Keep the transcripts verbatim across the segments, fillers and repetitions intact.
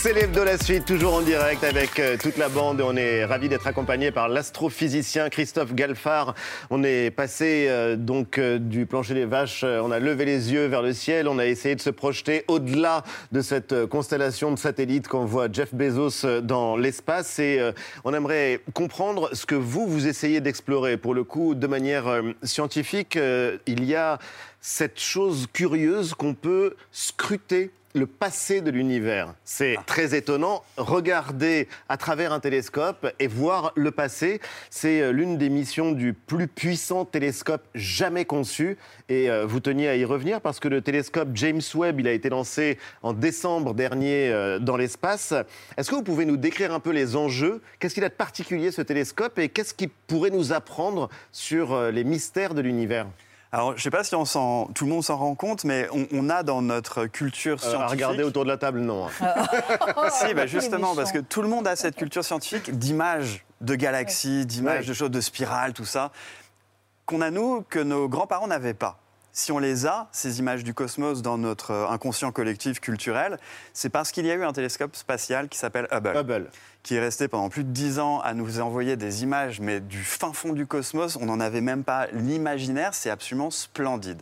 C'est l'hebdo la suite, toujours en direct avec euh, toute la bande et on est ravis d'être accompagnés par l'astrophysicien Christophe Galfard. On est passé euh, donc euh, du plancher des vaches, euh, on a levé les yeux vers le ciel, on a essayé de se projeter au-delà de cette euh, constellation de satellites qu'envoie Jeff Bezos euh, dans l'espace et euh, on aimerait comprendre ce que vous, vous essayez d'explorer. Pour le coup, de manière euh, scientifique, euh, il y a cette chose curieuse qu'on peut scruter le passé de l'univers. C'est très étonnant. Regarder à travers un télescope et voir le passé, c'est l'une des missions du plus puissant télescope jamais conçu. Et vous teniez à y revenir parce que le télescope James Webb, il a été lancé en décembre dernier dans l'espace. Est-ce que vous pouvez nous décrire un peu les enjeux ? Qu'est-ce qu'il a de particulier ce télescope et qu'est-ce qu'il pourrait nous apprendre sur les mystères de l'univers ? Alors, je ne sais pas si on s'en, tout le monde s'en rend compte, mais on, on a dans notre culture scientifique... Euh, regardez autour de la table, non. Si, bah justement, parce que tout le monde a cette culture scientifique d'images de galaxies, d'images ouais. de choses, de spirales, tout ça, qu'on a, nous, que nos grands-parents n'avaient pas. Si on les a, ces images du cosmos, dans notre inconscient collectif culturel, c'est parce qu'il y a eu un télescope spatial qui s'appelle Hubble. Hubble. Qui est resté pendant plus de dix ans à nous envoyer des images, mais du fin fond du cosmos, on n'en avait même pas l'imaginaire, c'est absolument splendide.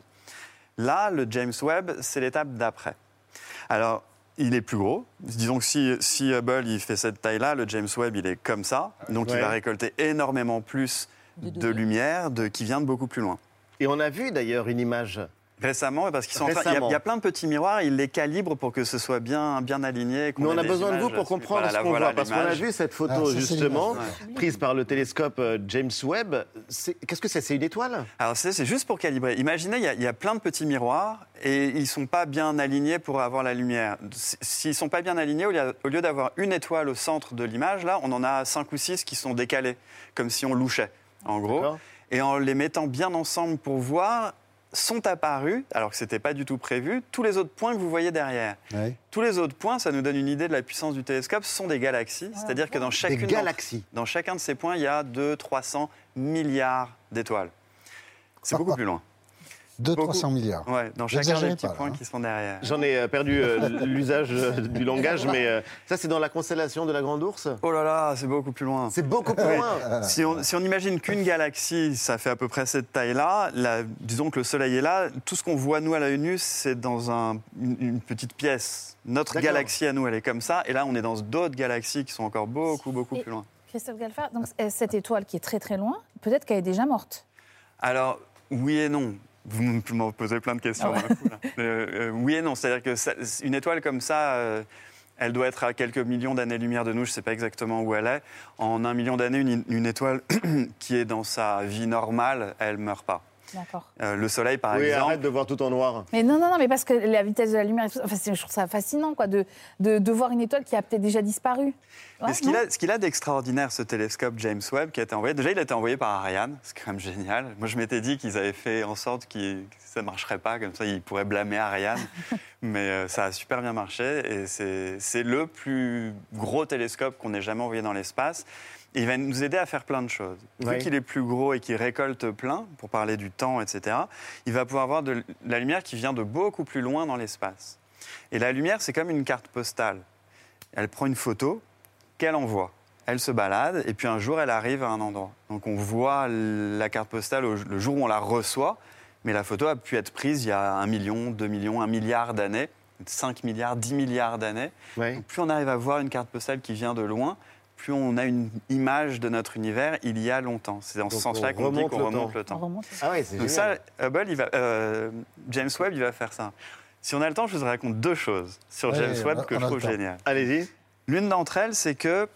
Là, le James Webb, c'est l'étape d'après. Alors, il est plus gros. Disons que si, si Hubble il fait cette taille-là, le James Webb, il est comme ça. Donc, ouais. Il va récolter énormément plus de, de lumière de, qui vient de beaucoup plus loin. Et on a vu d'ailleurs une image... Récemment, parce qu'ils sont en train, il, y a, il y a plein de petits miroirs, ils les calibrent pour que ce soit bien, bien aligné. Mais on a besoin de vous pour comprendre voilà, ce qu'on voilà, voit, parce qu'on a vu cette photo alors, justement, ouais. prise par le télescope James Webb. C'est, qu'est-ce que c'est ? C'est une étoile ? Alors c'est, c'est juste pour calibrer. Imaginez, il y, a, il y a plein de petits miroirs et ils ne sont pas bien alignés pour avoir la lumière. S'ils ne sont pas bien alignés, au lieu d'avoir une étoile au centre de l'image, là, on en a cinq ou six qui sont décalés, comme si on louchait, en gros. D'accord. Et en les mettant bien ensemble pour voir... sont apparus, alors que ce n'était pas du tout prévu, tous les autres points que vous voyez derrière. Oui. Tous les autres points, ça nous donne une idée de la puissance du télescope, ce sont des galaxies. Ah, c'est-à-dire que dans, chacune des galaxies. Dans, dans chacun de ces points, il y a deux cents à trois cents milliards d'étoiles. C'est ah, beaucoup plus loin. deux cents à trois cents milliards. Oui, dans chacun des petits pas, points hein. qui sont derrière. J'en ai perdu euh, l'usage euh, du langage, mais euh, ça, c'est dans la constellation de la Grande Ourse ? Oh là là, c'est beaucoup plus loin. C'est beaucoup plus loin. Si on, si on imagine qu'une galaxie, ça fait à peu près cette taille-là, la, disons que le Soleil est là, tout ce qu'on voit, nous, à l'œil nu, c'est dans un, une, une petite pièce. Notre D'accord. galaxie, à nous, elle est comme ça, et là, on est dans d'autres galaxies qui sont encore beaucoup, beaucoup et plus loin. Christophe Galfard, donc cette étoile qui est très, très loin, peut-être qu'elle est déjà morte ? Alors, oui et non. Vous me posez plein de questions. Ah ouais. coup, là. Euh, oui et non. C'est-à-dire qu'une étoile comme ça, euh, elle doit être à quelques millions d'années-lumière de nous. Je ne sais pas exactement où elle est. En un million d'années, une, une étoile qui est dans sa vie normale, elle ne meurt pas. D'accord. Euh, le Soleil, par oui, exemple... arrête de voir tout en noir. Mais non, non, non, mais parce que la vitesse de la lumière... Enfin, je trouve ça fascinant, quoi, de, de, de voir une étoile qui a peut-être déjà disparu. Ouais, ce, qu'il a, ce qu'il a d'extraordinaire, ce télescope James Webb, qui a été envoyé... Déjà, il a été envoyé par Ariane, c'est quand même génial. Moi, je m'étais dit qu'ils avaient fait en sorte que ça ne marcherait pas, comme ça, ils pourraient blâmer Ariane. Mais euh, ça a super bien marché, et c'est, c'est le plus gros télescope qu'on ait jamais envoyé dans l'espace. Et il va nous aider à faire plein de choses. Vu oui. qu'il est plus gros et qu'il récolte plein, pour parler du temps, et cetera, il va pouvoir voir de la lumière qui vient de beaucoup plus loin dans l'espace. Et la lumière, c'est comme une carte postale. Elle prend une photo qu'elle envoie. Elle se balade, et puis un jour, elle arrive à un endroit. Donc on voit la carte postale le jour où on la reçoit, mais la photo a pu être prise il y a un million, deux millions, un milliard d'années, cinq milliards, dix milliards d'années. Oui. Donc plus on arrive à voir une carte postale qui vient de loin, plus on a une image de notre univers il y a longtemps. C'est dans ce sens-là qu'on dit qu'on remonte le temps. Remonte. Ah ouais, c'est Donc génial. ça, Hubble, il va, euh, James Webb, il va faire ça. Si on a le temps, je vous raconte deux choses sur ouais, James Webb que je trouve géniales. Allez-y. L'une d'entre elles, c'est que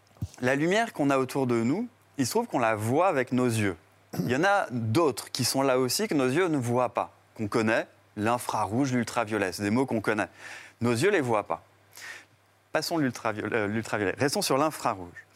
la lumière qu'on a autour de nous, il se trouve qu'on la voit avec nos yeux. Il y en a d'autres qui sont là aussi que nos yeux ne voient pas, qu'on connaît, l'infrarouge, l'ultraviolet, c'est des mots qu'on connaît. Nos yeux ne les voient pas. Passons l'ultraviolet, euh, l'ultraviolet. Restons sur l'infrarouge.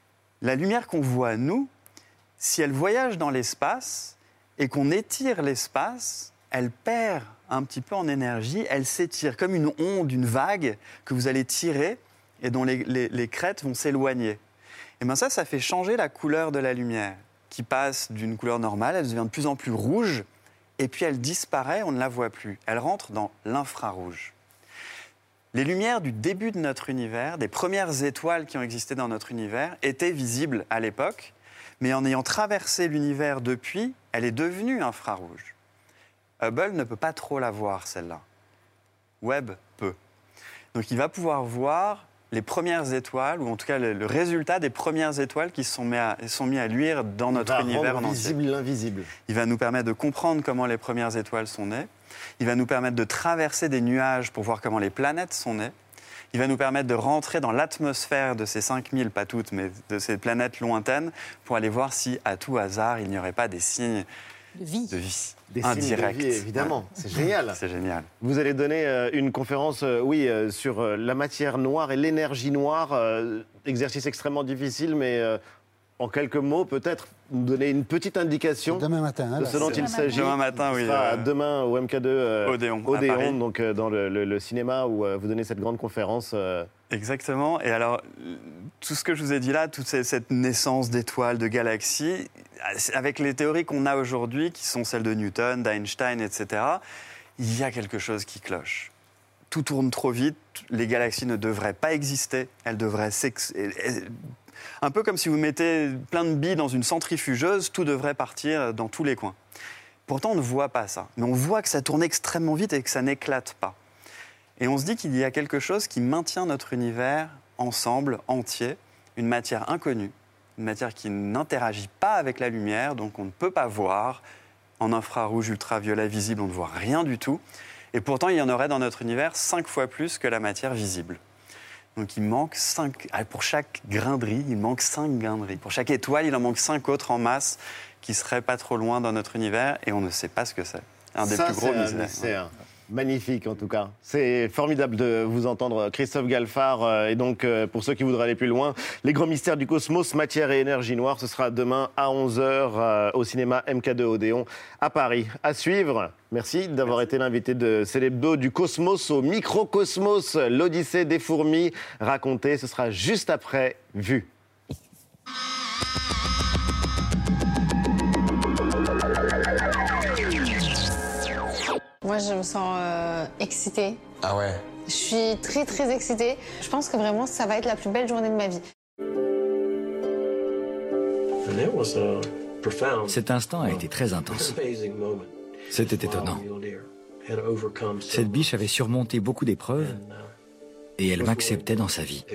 La lumière qu'on voit, nous, si elle voyage dans l'espace et qu'on étire l'espace, elle perd un petit peu en énergie, elle s'étire comme une onde, une vague que vous allez tirer et dont les, les, les crêtes vont s'éloigner. Et bien ça, ça fait changer la couleur de la lumière, qui passe d'une couleur normale, elle devient de plus en plus rouge, et puis elle disparaît, on ne la voit plus. Elle rentre dans l'infrarouge. Les lumières du début de notre univers, des premières étoiles qui ont existé dans notre univers, étaient visibles à l'époque, mais en ayant traversé l'univers depuis, elle est devenue infrarouge. Hubble ne peut pas trop la voir, celle-là. Webb peut. Donc il va pouvoir voir les premières étoiles, ou en tout cas le, le résultat des premières étoiles qui se sont mis à, sont mis à luire dans notre il va univers rendre en entier. visible l'invisible. Il va nous permettre de comprendre comment les premières étoiles sont nées. Il va nous permettre de traverser des nuages pour voir comment les planètes sont nées. Il va nous permettre de rentrer dans l'atmosphère de ces cinq mille, pas toutes, mais de ces planètes lointaines, pour aller voir si, à tout hasard, il n'y aurait pas des signes De vie. de vie. Des Indirect. signes de vie, évidemment. Ouais. C'est génial. C'est génial. Vous allez donner euh, une conférence, euh, oui, euh, sur euh, la matière noire et l'énergie noire. Euh, exercice extrêmement difficile, mais euh, en quelques mots, peut-être nous donner une petite indication demain matin, hein, de ce dont il s'agit. Demain matin, oui. Euh, euh, demain au M K deux euh, Odéon, à Odéon, Paris. donc euh, dans le, le, le cinéma où euh, vous donnez cette grande conférence. Euh... Exactement. Et alors, tout ce que je vous ai dit là, toute cette naissance d'étoiles, de galaxies, avec les théories qu'on a aujourd'hui, qui sont celles de Newton, d'Einstein, et cetera, il y a quelque chose qui cloche. Tout tourne trop vite, les galaxies ne devraient pas exister, elles devraient s'ex... Un peu comme si vous mettez plein de billes dans une centrifugeuse, tout devrait partir dans tous les coins. Pourtant, on ne voit pas ça. Mais on voit que ça tourne extrêmement vite et que ça n'éclate pas. Et on se dit qu'il y a quelque chose qui maintient notre univers ensemble, entier, une matière inconnue, une matière qui n'interagit pas avec la lumière, donc on ne peut pas voir. En infrarouge, ultraviolet, visible, on ne voit rien du tout. Et pourtant, il y en aurait dans notre univers cinq fois plus que la matière visible. Donc il manque cinq, pour chaque grain de riz, il manque cinq grains de riz. Pour chaque étoile, il en manque cinq autres en masse qui seraient pas trop loin dans notre univers et on ne sait pas ce que c'est. Un des Ça, plus gros c'est un mystères. mystère. Magnifique en tout cas. C'est formidable de vous entendre, Christophe Galfard. Et donc, pour ceux qui voudraient aller plus loin, les grands mystères du cosmos, matière et énergie noire, ce sera demain à onze heures au cinéma M K deux Odéon à Paris. À suivre. Merci d'avoir été l'invité de Célébdo, du cosmos au microcosmos, l'Odyssée des fourmis racontée. Ce sera juste après Vue. Moi, je me sens euh, excitée. Ah ouais? Je suis très, très excitée. Je pense que vraiment, ça va être la plus belle journée de ma vie. Cet instant a été très intense. C'était étonnant. Cette biche avait surmonté beaucoup d'épreuves et elle m'acceptait dans sa vie.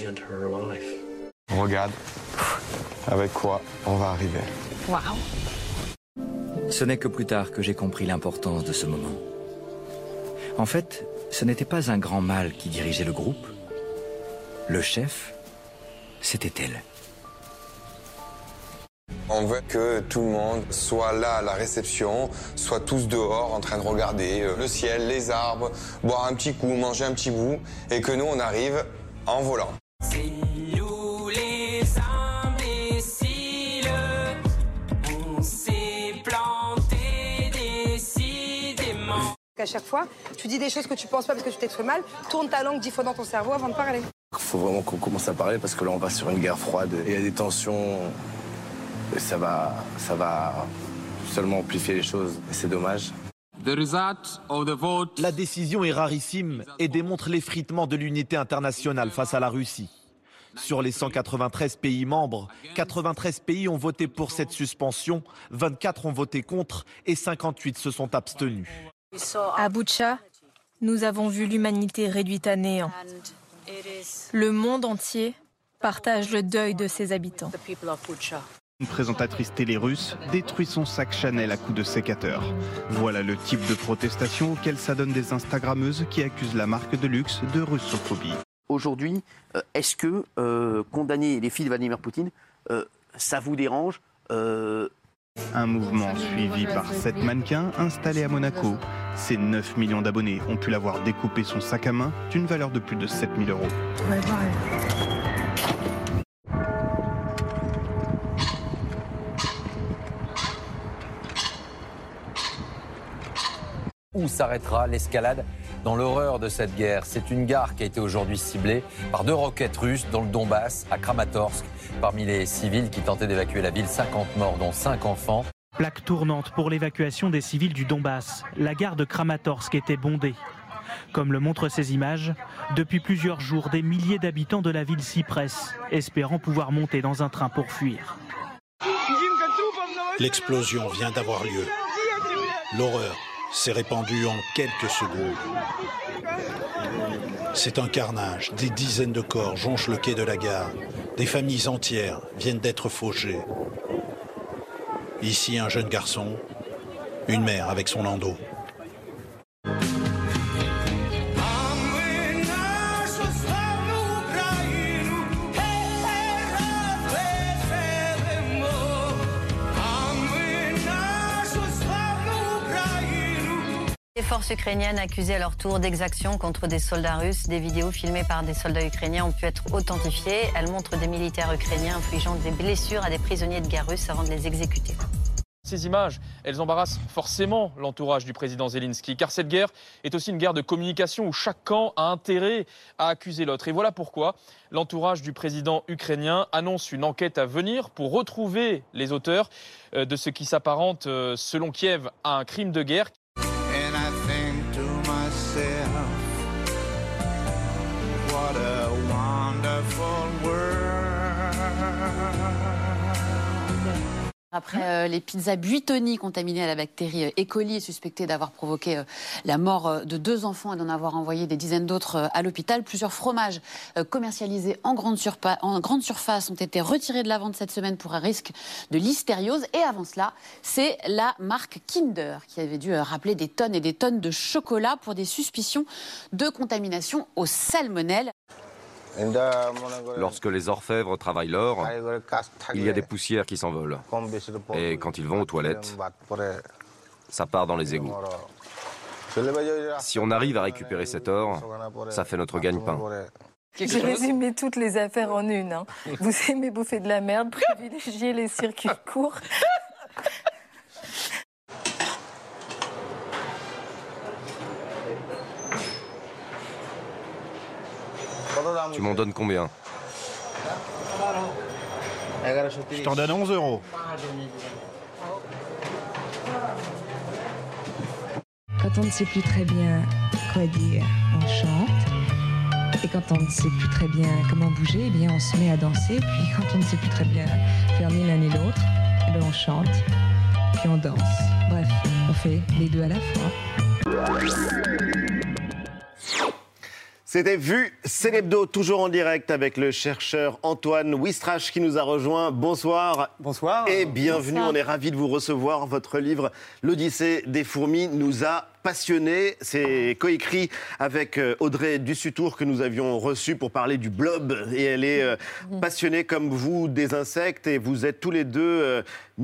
Regarde avec quoi on va arriver. Waouh! Ce n'est que plus tard que j'ai compris l'importance de ce moment. En fait, ce n'était pas un grand mâle qui dirigeait le groupe. Le chef, c'était elle. On veut que tout le monde soit là à la réception, soit tous dehors en train de regarder le ciel, les arbres, boire un petit coup, manger un petit bout, et que nous on arrive en volant. À chaque fois, tu dis des choses que tu penses pas parce que tu t'exprimes mal, tourne ta langue dix fois dans ton cerveau avant de parler. Il faut vraiment qu'on commence à parler parce que là on va sur une guerre froide et il y a des tensions et ça va, ça va seulement amplifier les choses et c'est dommage. La décision est rarissime et démontre l'effritement de l'unité internationale face à la Russie. Sur les cent quatre-vingt-treize pays membres, quatre-vingt-treize pays ont voté pour cette suspension, vingt-quatre ont voté contre et cinquante-huit se sont abstenus. À Boutcha, nous avons vu l'humanité réduite à néant. Le monde entier partage le deuil de ses habitants. Une présentatrice télé russe détruit son sac Chanel à coups de sécateur. Voilà le type de protestation auquel s'adonnent des Instagrammeuses qui accusent la marque de luxe de russophobie. Aujourd'hui, euh, est-ce que euh, condamner les filles de Vladimir Poutine, euh, ça vous dérange euh... Un mouvement suivi par sept mannequins installés à Monaco. Ces neuf millions d'abonnés ont pu la voir découper son sac à main d'une valeur de plus de sept mille euros. Ouais, Où s'arrêtera l'escalade dans l'horreur de cette guerre? C'est une gare qui a été aujourd'hui ciblée par deux roquettes russes dans le Donbass, à Kramatorsk. Parmi les civils qui tentaient d'évacuer la ville, cinquante morts, dont cinq enfants. Plaque tournante pour l'évacuation des civils du Donbass. La gare de Kramatorsk était bondée. Comme le montrent ces images, depuis plusieurs jours, des milliers d'habitants de la ville s'y pressent, espérant pouvoir monter dans un train pour fuir. L'explosion vient d'avoir lieu. L'horreur s'est répandue en quelques secondes. C'est un carnage. Des dizaines de corps jonchent le quai de la gare. Des familles entières viennent d'être fauchées. Ici, un jeune garçon, une mère avec son landau. Les forces ukrainiennes accusées à leur tour d'exactions contre des soldats russes. Des vidéos filmées par des soldats ukrainiens ont pu être authentifiées. Elles montrent des militaires ukrainiens infligeant des blessures à des prisonniers de guerre russes avant de les exécuter. Ces images, elles embarrassent forcément l'entourage du président Zelensky, car cette guerre est aussi une guerre de communication où chaque camp a intérêt à accuser l'autre. Et voilà pourquoi l'entourage du président ukrainien annonce une enquête à venir pour retrouver les auteurs de ce qui s'apparente, selon Kiev, à un crime de guerre. What a wonderful world. Après euh, les pizzas Buitoni contaminées à la bactérie euh, E. coli et suspectées d'avoir provoqué euh, la mort euh, de deux enfants et d'en avoir envoyé des dizaines d'autres euh, à l'hôpital, plusieurs fromages euh, commercialisés en grande, surpa- en grande surface ont été retirés de la vente cette semaine pour un risque de listériose. Et avant cela, c'est la marque Kinder qui avait dû euh, rappeler des tonnes et des tonnes de chocolat pour des suspicions de contamination au salmonelle. Lorsque les orfèvres travaillent l'or, il y a des poussières qui s'envolent. Et quand ils vont aux toilettes, ça part dans les égouts. Si on arrive à récupérer cet or, ça fait notre gagne-pain. J'ai résumé toutes les affaires en une. Hein. Vous aimez bouffer de la merde, privilégiez les circuits courts. Tu m'en donnes combien? Je t'en donne onze euros. Quand on ne sait plus très bien quoi dire, on chante. Et quand on ne sait plus très bien comment bouger, eh bien on se met à danser. Puis quand on ne sait plus très bien faire ni l'un ni l'autre, eh bien on chante, puis on danse. Bref, on fait les deux à la fois. C'était Vu, c'est l'hebdo, toujours en direct avec le chercheur Antoine Wistrach qui nous a rejoint. Bonsoir. Bonsoir. Et bienvenue, Bonsoir. On est ravis de vous recevoir. Votre livre « L'Odyssée des fourmis » nous a passionnés. C'est coécrit avec Audrey Dussutour que nous avions reçue pour parler du blob. Et elle est passionnée comme vous des insectes et vous êtes tous les deux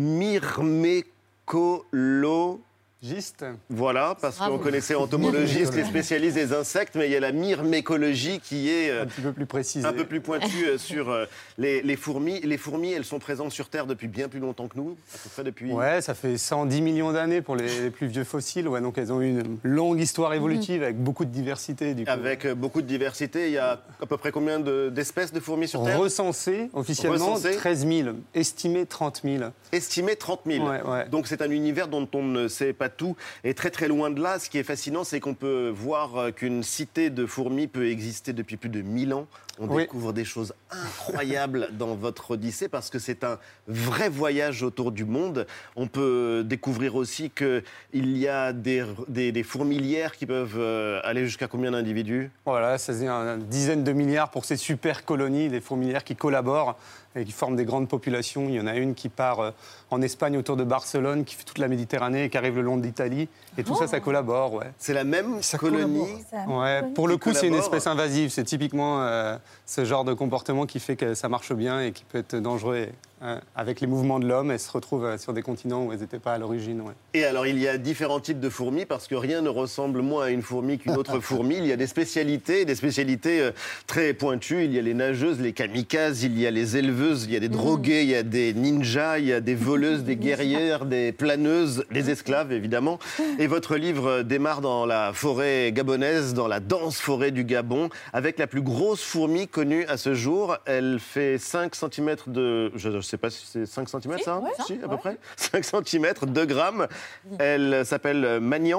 myrmécolo... Giste. Voilà, parce Bravo. qu'on connaissait entomologistes, les spécialistes des insectes, mais il y a la myrmécologie qui est un petit peu plus précisée, un peu plus pointue sur les, les fourmis. Les fourmis, elles sont présentes sur Terre depuis bien plus longtemps que nous, à peu près depuis. Ouais, ça fait cent dix millions d'années pour les, les plus vieux fossiles. Ouais, donc elles ont eu une longue histoire évolutive avec beaucoup de diversité. Du coup. Avec beaucoup de diversité, il y a à peu près combien de, d'espèces de fourmis sur Terre? Recensées officiellement Recensé. treize mille, estimé trente mille. Estimé trente mille. Ouais, ouais. Donc c'est un univers dont on ne sait pas tout. Et très très loin de là, ce qui est fascinant, c'est qu'on peut voir qu'une cité de fourmis peut exister depuis plus de mille ans. On oui. découvre des choses incroyables dans votre Odyssée parce que c'est un vrai voyage autour du monde. On peut découvrir aussi qu'il y a des, des, des fourmilières qui peuvent aller jusqu'à combien d'individus? Voilà, ça c'est une dizaine de milliards pour ces super colonies, des fourmilières qui collaborent et qui forment des grandes populations. Il y en a une qui part en Espagne autour de Barcelone, qui fait toute la Méditerranée et qui arrive le long de l'Italie. Et tout oh. ça, ça collabore. Ouais. C'est la même ça colonie ouais, Pour le coup, c'est une espèce invasive. C'est typiquement euh, ce genre de comportement qui fait que ça marche bien et qui peut être dangereux. Euh, avec les mouvements de l'homme, elles se retrouvent euh, sur des continents où elles n'étaient pas à l'origine. Ouais. Et alors, il y a différents types de fourmis parce que rien ne ressemble moins à une fourmi qu'une autre fourmi. Il y a des spécialités, des spécialités euh, très pointues. Il y a les nageuses, les kamikazes, il y a les éleveuses, il y a des drogués, il y a des ninjas, il y a des voleuses, des guerrières, des planeuses, des esclaves, évidemment. Et votre livre démarre dans la forêt gabonaise, dans la dense forêt du Gabon, avec la plus grosse fourmi connue à ce jour. Elle fait cinq centimètres de... Je ne sais pas si c'est cinq centimètres, ça, ouais, si, à ouais. peu près cinq centimètres, deux grammes. Elle s'appelle Magnan.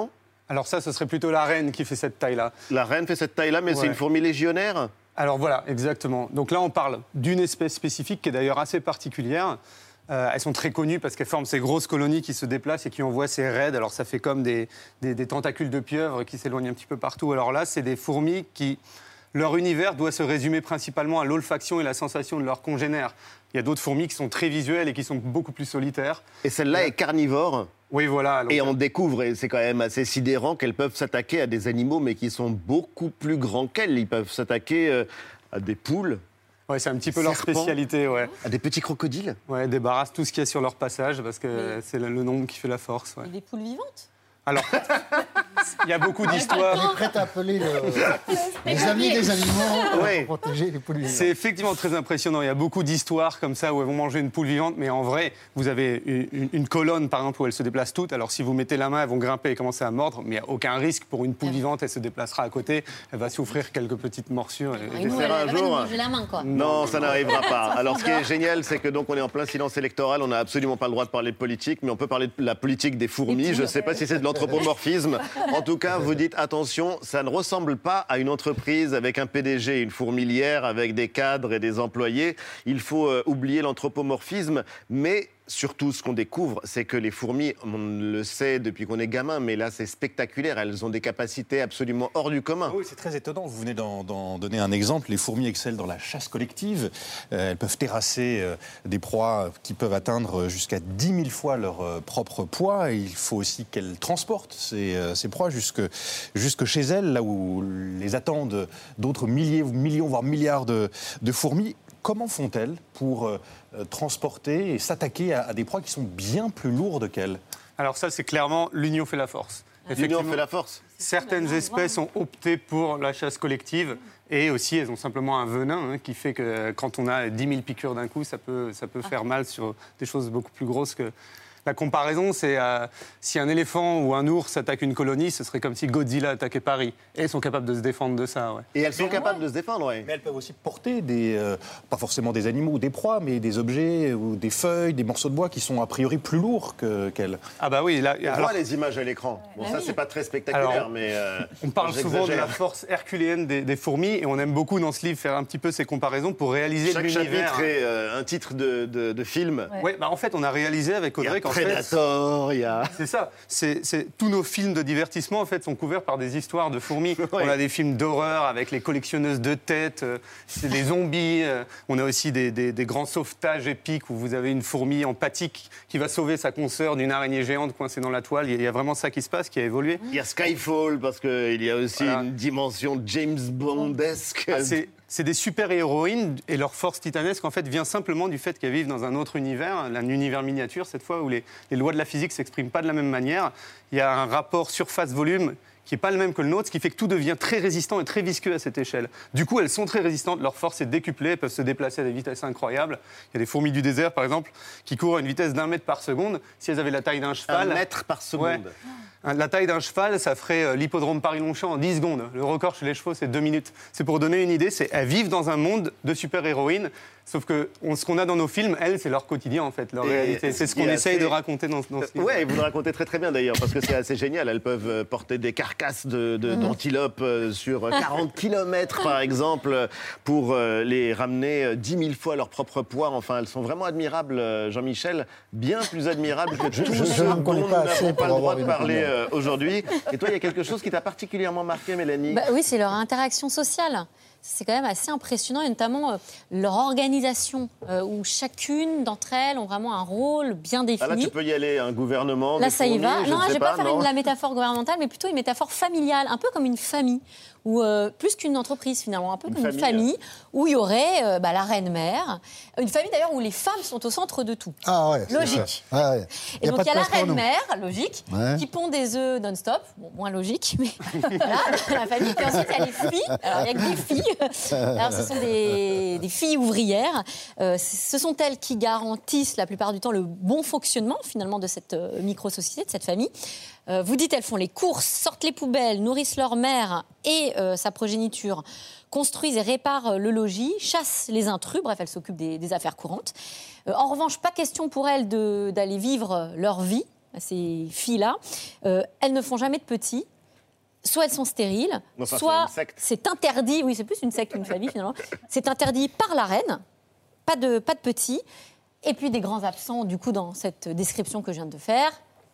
Alors ça, ce serait plutôt la reine qui fait cette taille-là. La reine fait cette taille-là, mais Ouais. c'est une fourmi légionnaire? Alors voilà, exactement. Donc là, on parle d'une espèce spécifique qui est d'ailleurs assez particulière. Euh, elles sont très connues parce qu'elles forment ces grosses colonies qui se déplacent et qui envoient ces raids. Alors ça fait comme des, des, des tentacules de pieuvre qui s'éloignent un petit peu partout. Alors là, c'est des fourmis qui... Leur univers doit se résumer principalement à l'olfaction et la sensation de leurs congénères. Il y a d'autres fourmis qui sont très visuelles et qui sont beaucoup plus solitaires. Et celle-là est carnivore? Oui, voilà. Donc, et on découvre, et c'est quand même assez sidérant, qu'elles peuvent s'attaquer à des animaux, mais qui sont beaucoup plus grands qu'elles. Ils peuvent s'attaquer euh, à des poules. Ouais, c'est un petit peu leur serpents, spécialité, ouais. À des petits crocodiles? Ouais, débarrassent tout ce qu'il y a sur leur passage, parce que Mais- c'est le, le nombre qui fait la force. Ouais. Et des poules vivantes. Alors, il y a beaucoup d'histoires. On est prêt à appeler le- les amis des animaux Ouais. pour protéger les poules vivantes. C'est effectivement très impressionnant. Il y a beaucoup d'histoires comme ça où elles vont manger une poule vivante, mais en vrai, vous avez une, une colonne, par exemple, où elles se déplacent toutes. Alors, si vous mettez la main, elles vont grimper et commencer à mordre, mais il n'y a aucun risque pour une poule vivante. Elle se déplacera à côté, elle va souffrir quelques petites morsures. Et- Et nous, elle, elle va nous manger la main, quoi. Non, ça n'arrivera pas. Alors, ce qui est génial, c'est que donc on est en plein silence électoral. On n'a absolument pas le droit de parler de politique, mais on peut parler de la politique des fourmis. Je ne sais pas si c'est de l'anthropomorphisme. En tout cas, vous dites attention, ça ne ressemble pas à une entreprise avec un P D G, une fourmilière avec des cadres et des employés. Il faut euh, oublier l'anthropomorphisme, mais surtout, ce qu'on découvre, c'est que les fourmis, on le sait depuis qu'on est gamin, mais là, c'est spectaculaire. Elles ont des capacités absolument hors du commun. Oui, c'est très étonnant. Vous venez d'en, d'en donner un exemple. Les fourmis excellent dans la chasse collective. Euh, elles peuvent terrasser euh, des proies qui peuvent atteindre jusqu'à dix mille fois leur euh, propre poids. Et il faut aussi qu'elles transportent ces, euh, ces proies jusque, jusque chez elles, là où les attendent d'autres milliers, millions, voire milliards de, de fourmis. Comment font-elles pour euh, transporter et s'attaquer à, à des proies qui sont bien plus lourdes qu'elles? Alors ça, c'est clairement l'union fait la force. L'union fait la force. Certaines espèces ont opté pour la chasse collective et aussi elles ont simplement un venin hein, qui fait que quand on a dix mille piqûres d'un coup, ça peut, ça peut faire mal sur des choses beaucoup plus grosses que... La comparaison, c'est euh, si un éléphant ou un ours attaque une colonie, ce serait comme si Godzilla attaquait Paris. Et elles sont capables de se défendre de ça. Ouais. Et elles sont capables de se défendre, oui. Mais elles peuvent aussi porter des, euh, pas forcément des animaux ou des proies, mais des objets ou des feuilles, des morceaux de bois qui sont a priori plus lourds que, qu'elles. Ah bah oui, là, On alors, voit les images à l'écran. Bon, Bah ça, oui. c'est pas très spectaculaire, Alors, mais... euh, on parle souvent de la j'exagère. force herculéenne des, des fourmis et on aime beaucoup dans ce livre faire un petit peu ces comparaisons pour réaliser Chaque l'univers. chapitre est euh, un titre de, de, de film. Oui, bah en fait, on a réalisé avec Audrey qu'en fait... Predator, il y a... C'est ça. C'est, c'est, tous nos films de divertissement, en fait, sont couverts par des histoires de fourmis. On a des films d'horreur avec les collectionneuses de têtes, euh, c'est des zombies. euh, on a aussi des, des, des grands sauvetages épiques où vous avez une fourmi empathique qui va sauver sa consoeur d'une araignée géante coincée dans la toile. Il y a vraiment ça qui se passe, qui a évolué. Il y a Skyfall, parce qu'il y a aussi Voilà. une dimension James Bondesque. Ah, c'est, c'est des super-héroïnes et leur force titanesque en fait vient simplement du fait qu'elles vivent dans un autre univers, un univers miniature cette fois où les, les lois de la physique s'expriment pas de la même manière. Il y a un rapport surface-volume qui n'est pas le même que le nôtre, ce qui fait que tout devient très résistant et très visqueux à cette échelle. Du coup, elles sont très résistantes, leur force est décuplée, elles peuvent se déplacer à des vitesses incroyables. Il y a des fourmis du désert, par exemple, qui courent à une vitesse d'un mètre par seconde. Si elles avaient la taille d'un cheval... Un mètre par seconde. Ouais. La taille d'un cheval, ça ferait euh, l'hippodrome Paris-Longchamp en dix secondes. Le record chez les chevaux, c'est deux minutes. C'est pour donner une idée, c'est elles vivent dans un monde de super-héroïnes, sauf que on- ce qu'on a dans nos films, elles, c'est leur quotidien, en fait, leur Et réalité. C'est ce ce qui qu'on est essaye assez- de raconter dans, dans ce film. Oui, vous le racontez très très bien d'ailleurs, parce que c'est assez génial. Elles peuvent euh, porter des carcasses de, de- Mhm. d'antilopes euh, sur quarante kilomètres, par exemple, pour euh, les ramener euh, dix mille fois leur propre poids. Enfin, elles sont vraiment admirables, euh, Jean-Michel, bien plus admirables que Je- tous je- je ceux ne dont connais nous pas n'avons assez pas pour le droit avoir de une parler opinion. euh, aujourd'hui. Et toi, il y a quelque chose qui t'a particulièrement marqué, Mélanie? Bah oui, c'est leur interaction sociale. C'est quand même assez impressionnant, et notamment euh, leur organisation, euh, où chacune d'entre elles ont vraiment un rôle bien défini. Ah là, tu peux y aller, un gouvernement. Là, des ça y va. fourmis, je Non, ne je sais vais pas, faire non. une, la métaphore gouvernementale, mais plutôt une métaphore familiale, un peu comme une famille, ou euh, plus qu'une entreprise finalement, un peu Une comme famille. une famille, où il y aurait euh, bah, la reine-mère, une famille d'ailleurs où les femmes sont au centre de tout. Ah ouais. c'est Logique. ça. Ouais, ouais. Et Y a donc pas il y a de la place pour nous. reine-mère, logique, Ouais. qui pond des œufs non-stop, bon, moins logique, mais voilà, la famille. Puis ensuite il y a les filles, alors il n'y a que des filles, alors ce sont des, des filles ouvrières, Euh, ce sont elles qui garantissent la plupart du temps le bon fonctionnement finalement de cette euh, micro-société, de cette famille. Euh, vous dites, elles font les courses, sortent les poubelles, nourrissent leur mère et euh, sa progéniture, construisent et réparent euh, le logis, chassent les intrus, bref, elles s'occupent des, des affaires courantes. Euh, en revanche, pas question pour elles de- d'aller vivre leur vie, ces filles-là. Euh, elles ne font jamais de petits, soit elles sont stériles, Enfin, soit c'est une secte. c'est interdit, oui c'est plus une secte qu'une famille finalement, c'est interdit par la reine, pas de, pas de petits, et puis des grands absents du coup dans cette description que je viens de faire,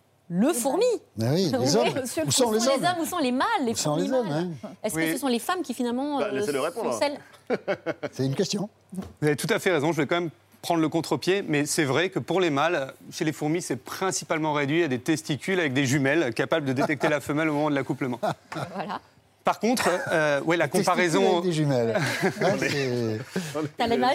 le fourmi. Ah oui, les hommes. Monsieur, Où sont les hommes Où sont les mâles, les Où sont fourmis les hommes, mâles hein Est-ce Oui. que ce sont les femmes qui finalement Bah, laissez-le euh, répondre. sont celles... C'est une question. Vous avez tout à fait raison, je vais quand même prendre le contre-pied, mais c'est vrai que pour les mâles, chez les fourmis, c'est principalement réduit à des testicules avec des jumelles capables de détecter la femelle au moment de l'accouplement. Voilà. Par contre, euh, ouais, la Testicules comparaison... avec des jumelles. Ouais, c'est- T'as l'image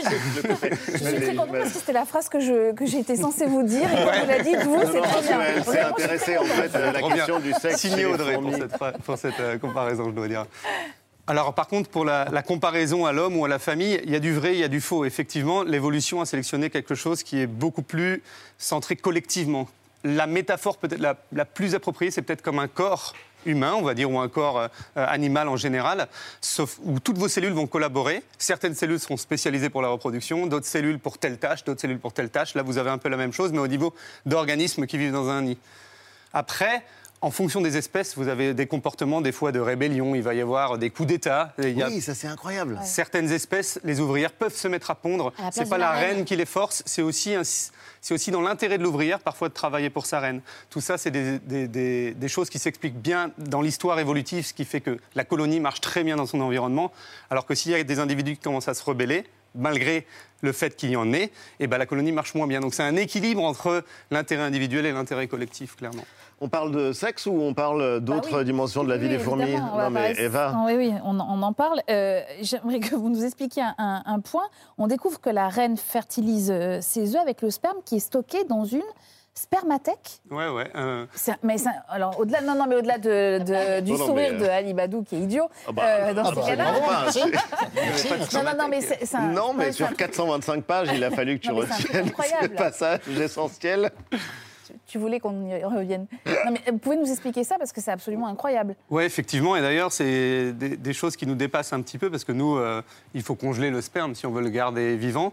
Je suis très contente parce que c'était la phrase que, je, que j'étais censée vous dire et quand vous l'avez dit, vous, c'est très bien. Elle s'est Vraiment, intéressée en fait à la Trop question bien. du sexe. Signé chez les Audrey pour fourmis. cette, fra- pour cette euh, comparaison, je dois dire. Alors, par contre, pour la, la comparaison à l'homme ou à la famille, il y a du vrai, il y a du faux. Effectivement, l'évolution a sélectionné quelque chose qui est beaucoup plus centré collectivement. La métaphore peut-être la, la plus appropriée, c'est peut-être comme un corps humain, on va dire, ou un corps euh, animal en général, sauf où toutes vos cellules vont collaborer. Certaines cellules seront spécialisées pour la reproduction, d'autres cellules pour telle tâche, d'autres cellules pour telle tâche. Là, vous avez un peu la même chose, mais au niveau d'organismes qui vivent dans un nid. Après, en fonction des espèces, vous avez des comportements des fois de rébellion, il va y avoir des coups d'État. Il y a Oui, ça c'est incroyable. certaines espèces, les ouvrières peuvent se mettre à pondre. À la C'est place pas de la la reine reine. qui les force, c'est aussi, un- c'est aussi dans l'intérêt de l'ouvrière parfois de travailler pour sa reine. Tout ça, c'est des, des- des- des choses qui s'expliquent bien dans l'histoire évolutive, ce qui fait que la colonie marche très bien dans son environnement, alors que s'il y a des individus qui commencent à se rebeller, malgré le fait qu'il y en ait, eh ben, la colonie marche moins bien. Donc c'est un équilibre entre l'intérêt individuel et l'intérêt collectif, clairement. On parle de sexe ou on parle d'autres Bah oui. dimensions de la vie Oui, des fourmis? évidemment, on va Non mais parler- Eva. Ah, oui, oui, on, on en parle. Euh, J'aimerais que vous nous expliquiez un, un- un point. On découvre que la reine fertilise euh, ses œufs avec le sperme qui est stocké dans une spermathèque. Ouais, ouais. euh, C'est un- mais c'est un- alors au-delà, non, non, mais au-delà de, de- du Non, non, sourire mais, de euh, Ali Badou qui est idiot, Ah bah, euh, dans ah ces bah, cas-là. vraiment pas, c'est- Non, non, non, mais c'est c'est un- Non, mais ouais, c'est un- sur quatre cent vingt-cinq pages, il a fallu que tu Non, mais c'est un truc retiennes ce incroyable. passage essentiel. Tu voulais qu'on y revienne. Non, mais vous pouvez nous expliquer ça parce que c'est absolument incroyable. Oui, effectivement. Et d'ailleurs, c'est des, des choses qui nous dépassent un petit peu parce que nous, euh, il faut congeler le sperme si on veut le garder vivant.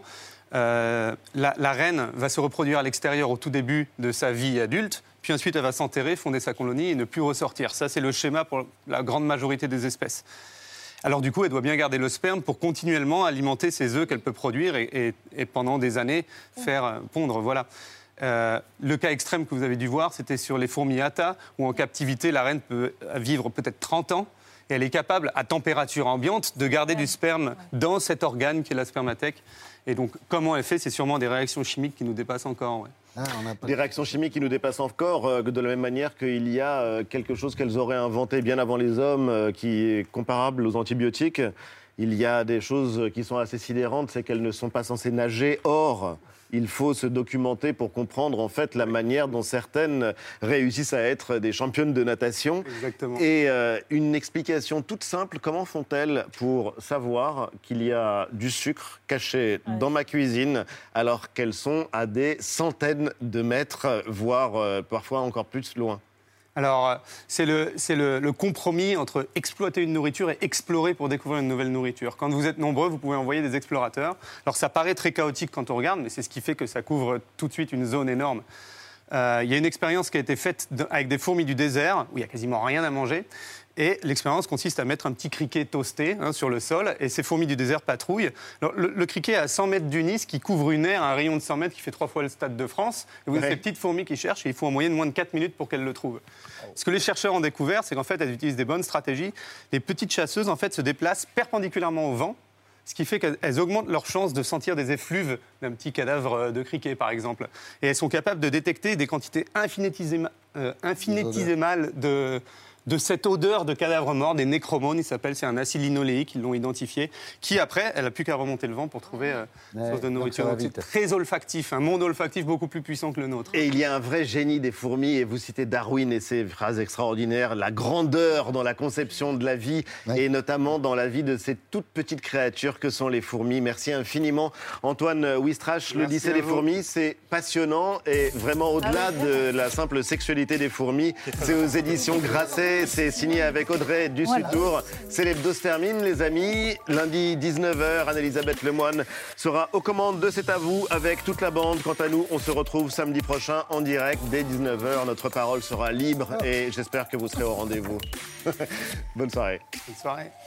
Euh, la, la reine va se reproduire à l'extérieur au tout début de sa vie adulte, puis ensuite elle va s'enterrer, fonder sa colonie et ne plus ressortir. Ça, c'est le schéma pour la grande majorité des espèces. Alors du coup, elle doit bien garder le sperme pour continuellement alimenter ses œufs qu'elle peut produire et, et- et pendant des années faire euh, pondre. Voilà. Euh, le cas extrême que vous avez dû voir, c'était sur les fourmis Atta, où en captivité, la reine peut vivre peut-être trente ans, et elle est capable, à température ambiante, de garder du sperme dans cet organe qui est la spermathèque. Et donc, comment elle fait, c'est sûrement des réactions chimiques qui nous dépassent encore. Ouais. Ah, on n'a pas- Des réactions chimiques qui nous dépassent encore, euh, de la même manière qu'il y a euh, quelque chose qu'elles auraient inventé bien avant les hommes, euh, qui est comparable aux antibiotiques. Il y a des choses qui sont assez sidérantes, c'est qu'elles ne sont pas censées nager. Or, il faut se documenter pour comprendre en fait la manière dont certaines réussissent à être des championnes de natation. Exactement. Et euh, une explication toute simple, comment font-elles pour savoir qu'il y a du sucre caché dans ma cuisine alors qu'elles sont à des centaines de mètres, voire euh, parfois encore plus loin? Alors, euh, c'est le, c'est le, le compromis entre exploiter une nourriture et explorer pour découvrir une nouvelle nourriture. Quand vous êtes nombreux, vous pouvez envoyer des explorateurs. Alors, ça paraît très chaotique quand on regarde, mais c'est ce qui fait que ça couvre tout de suite une zone énorme. Euh, il y a une expérience qui a été faite de- avec des fourmis du désert, où il n'y a quasiment rien à manger. Et l'expérience consiste à mettre un petit criquet toasté hein, sur le sol, et ces fourmis du désert patrouillent. Alors, le, le criquet est à cent mètres du nid, ce qui couvre une aire, un rayon de cent mètres qui fait trois fois le stade de France. Et vous avez Ouais. ces petites fourmis qui cherchent, et il faut en moyenne moins de quatre minutes pour qu'elles le trouvent. Ce que les chercheurs ont découvert, c'est qu'en fait, elles utilisent des bonnes stratégies. Les petites chasseuses, en fait, se déplacent perpendiculairement au vent, ce qui fait qu'elles augmentent leur chance de sentir des effluves d'un petit cadavre de criquet, par exemple. Et elles sont capables de détecter des quantités infinitésimales, euh, infinitésimales de, de cette odeur de cadavre mort, des nécromones, il s'appelle, c'est un acide linoléique, ils l'ont identifié, qui après, elle n'a plus qu'à remonter le vent pour trouver euh, Ouais, source de donc nourriture. ça va Donc c'est vite. très olfactif, un monde olfactif beaucoup plus puissant que le nôtre. Et il y a un vrai génie des fourmis, et vous citez Darwin et ses phrases extraordinaires, la grandeur dans la conception de la vie, et notamment dans la vie de ces toutes petites créatures que sont les fourmis. Merci infiniment Antoine Wistrach. Le Merci lycée à des vous. fourmis, c'est passionnant, et vraiment au-delà de la simple sexualité des fourmis, c'est aux éditions Grasset. Soirée, c'est signé avec Audrey Dussutour. C'est l'hebdo se termine, les amis. Lundi dix-neuf heures, Anne-Elisabeth Lemoine sera aux commandes de C'est à vous avec toute la bande. Quant à nous, on se retrouve samedi prochain en direct dès dix-neuf heures. Notre parole sera libre et j'espère que vous serez au rendez-vous. Bonne soirée. Bonne soirée.